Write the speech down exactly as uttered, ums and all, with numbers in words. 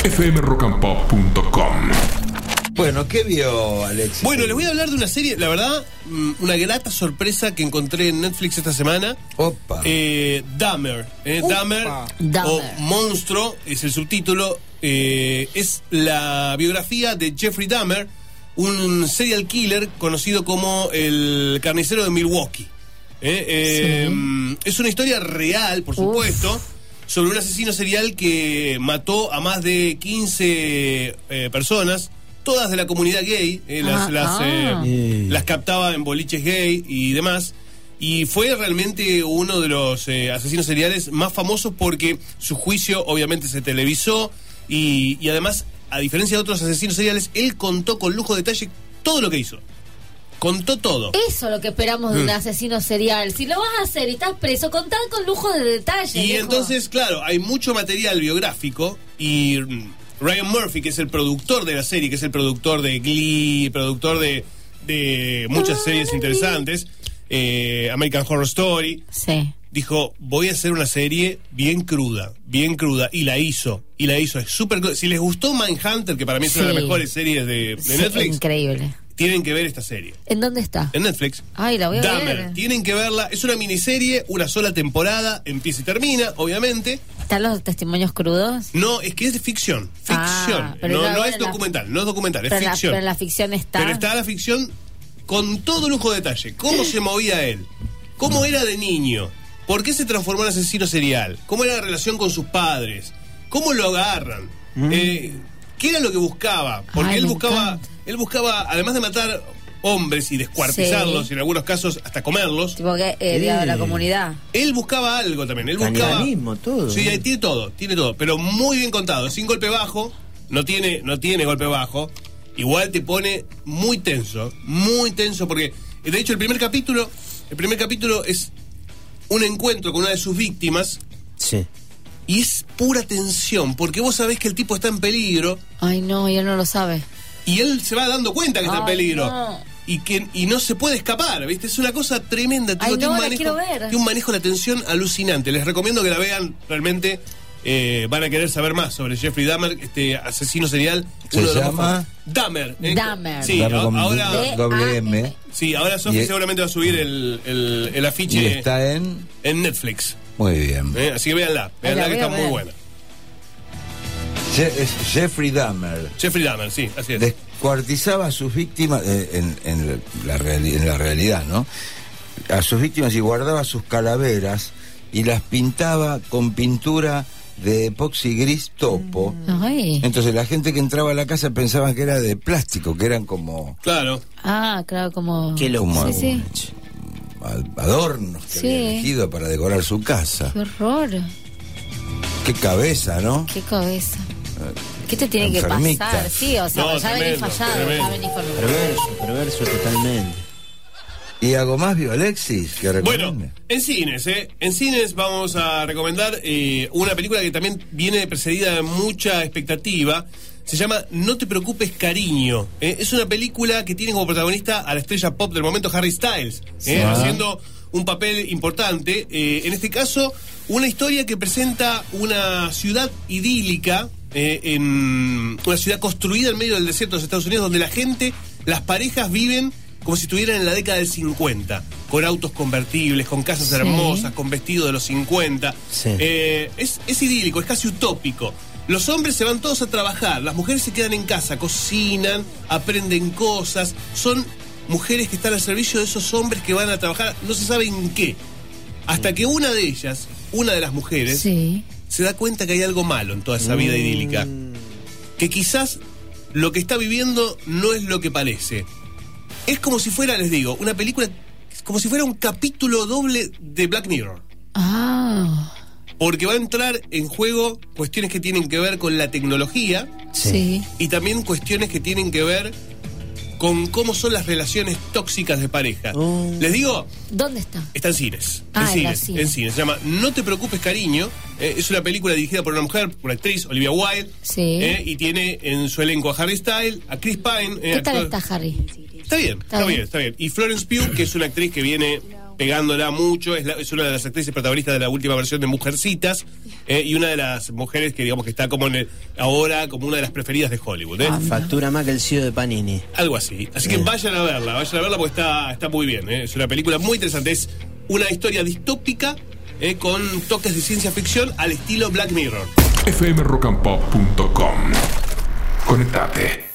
F M rock and pop punto com. Bueno, ¿qué vio Alexis? Bueno, les voy a hablar de una serie, la verdad, una grata sorpresa que encontré en Netflix esta semana. Opa. Eh, Dahmer. Eh, Dahmer, Dahmer. o Monstruo, es el subtítulo. Eh, es la biografía de Jeffrey Dahmer, un serial killer conocido como el carnicero de Milwaukee. Eh, eh, Sí. Es una historia real, por supuesto, Uf. sobre un asesino serial que mató a más de quince eh, personas, todas de la comunidad gay, eh, las, Ah, las, ah. eh, las captaba en boliches gay y demás. Y fue realmente uno de los eh, asesinos seriales más famosos porque su juicio obviamente se televisó y, y además, a diferencia de otros asesinos seriales, él contó con lujo de detalle todo lo que hizo. Contó todo. Eso es lo que esperamos de un asesino serial. Si lo vas a hacer y estás preso, contad con lujo de detalle. Y viejo. entonces, claro, hay mucho material biográfico y mm, Ryan Murphy, que es el productor de la serie, que es el productor de Glee, productor de, de muchas series interesantes, eh, American Horror Story, Sí. dijo, voy a hacer una serie bien cruda, bien cruda, y la hizo, y la hizo, es súper cruda. Si les gustó Mindhunter, que para mí es una de las Sí. mejores series de, de Sí, Netflix, increíble. tienen que ver esta serie. ¿En dónde está? En Netflix. Ay, la voy a Dahmer, ver. tienen que verla, es una miniserie, una sola temporada, empieza y termina, obviamente. ¿Están los testimonios crudos? No, es que es de ficción, ficción, Ah, pero no, la- no es la- documental, no es documental, es Pero, la, ficción. pero la ficción está. Pero está la ficción con todo lujo de detalle. ¿Cómo se movía él? ¿Cómo era de niño? ¿Por qué se transformó en asesino serial? ¿Cómo era la relación con sus padres? ¿Cómo lo agarran? Eh, ¿Qué era lo que buscaba? Porque Ay, él me buscaba, encanta. él buscaba, además de matar hombres y descuartizarlos, Sí. y en algunos casos hasta comerlos, Tipo que eh, Día de la Sí. comunidad. él buscaba algo también. Él buscaba. Canibalismo, todo. Sí, ahí tiene todo, tiene todo, pero muy bien contado, sin golpe bajo, no tiene, no tiene golpe bajo, igual te pone muy tenso, muy tenso, porque de hecho el primer capítulo, el primer capítulo es un encuentro con una de sus víctimas Sí. y es pura tensión, porque vos sabés que el tipo está en peligro Ay, no, y él no lo sabe. y él se va dando cuenta que está en Ay, peligro. no. Y que y no se puede escapar, ¿viste? Es una cosa tremenda. Ay, tiene no, un la manejo, quiero ver. tiene un manejo de la tensión alucinante. Les recomiendo que la vean, realmente eh, van a querer saber más sobre Jeffrey Dahmer, este asesino serial. ¿Se uno de los llama? más fam- Dahmer. ¿eh? Dahmer. Sí, Dahmer a- con ahora, D- doble M. sí, ahora Sofi Y- seguramente va a subir el, el, el Y afiche está en... en Netflix. Muy bien. ¿eh? Así que véanla, véanla la que voy a está muy ver. buena. Je- es Jeffrey Dahmer Jeffrey Dahmer, sí, así es. descuartizaba a sus víctimas eh, en, en, la reali- en la realidad, ¿no? A sus víctimas y guardaba sus calaveras y las pintaba con pintura de epoxi gris topo. Ay. Entonces la gente que entraba a la casa pensaba que era de plástico, que eran como, Claro. Ah, claro, como. Qué como Sí, sí. a- adornos que Sí. había elegido para decorar su casa. Qué horror. Qué cabeza, ¿no? Qué cabeza. ¿Qué te tiene Enfermita. que pasar? Sí, o sea, No, ya venís tremendo, fallado, tremendo. ya venís con un... Perverso, perverso totalmente. ¿Y algo más vio Alexis? Que Bueno, recomiende? en cines, ¿eh? En cines vamos a recomendar eh, una película que también viene precedida de mucha expectativa. Se llama No te preocupes, cariño. ¿eh? Es una película que tiene como protagonista a la estrella pop del momento, Harry Styles, ¿eh? Ah. haciendo un papel importante. Eh, en este caso, una historia que presenta una ciudad idílica, eh, en una ciudad construida en medio del desierto de los Estados Unidos, donde la gente, las parejas viven como si estuvieran en la década del cincuenta, con autos convertibles, con casas Sí. hermosas, con vestidos de los cincuenta. Sí. Eh, es, es idílico, es casi utópico. Los hombres se van todos a trabajar, las mujeres se quedan en casa, cocinan, aprenden cosas, son mujeres que están al servicio de esos hombres que van a trabajar, no se sabe en qué. Hasta que una de ellas, una de las mujeres, Sí. se da cuenta que hay algo malo en toda esa vida idílica. Que quizás lo que está viviendo no es lo que parece. Es como si fuera, les digo, una película, como si fuera un capítulo doble de Black Mirror. Ah, Porque va a entrar en juego cuestiones que tienen que ver con la tecnología sí. y también cuestiones que tienen que ver con cómo son las relaciones tóxicas de pareja. Oh. Les digo, ¿Dónde está? está en cines. Ah, en en cines, la cine. en cines. Se llama No te preocupes, cariño. Eh, es una película dirigida por una mujer, por una actriz, Olivia Wilde. Sí. eh, y tiene en su elenco a Harry Styles, a Chris Pine. eh, ¿Qué tal actor- está Harry? Está bien, está, Está bien. bien. está bien. Y Florence Pugh, que es una actriz que viene pegándola mucho, es, la- es una de las actrices protagonistas de la última versión de Mujercitas. eh, y una de las mujeres que digamos que está como en el, ahora como una de las preferidas de Hollywood. ¿eh? Ah, factura más que el C E O de Panini. Algo así. Así que Eh. vayan a verla, vayan a verla porque está, está muy bien. ¿eh? Es una película muy interesante. Es una historia distópica eh, con toques de ciencia ficción al estilo Black Mirror. f m rock and pop punto com. Conectate.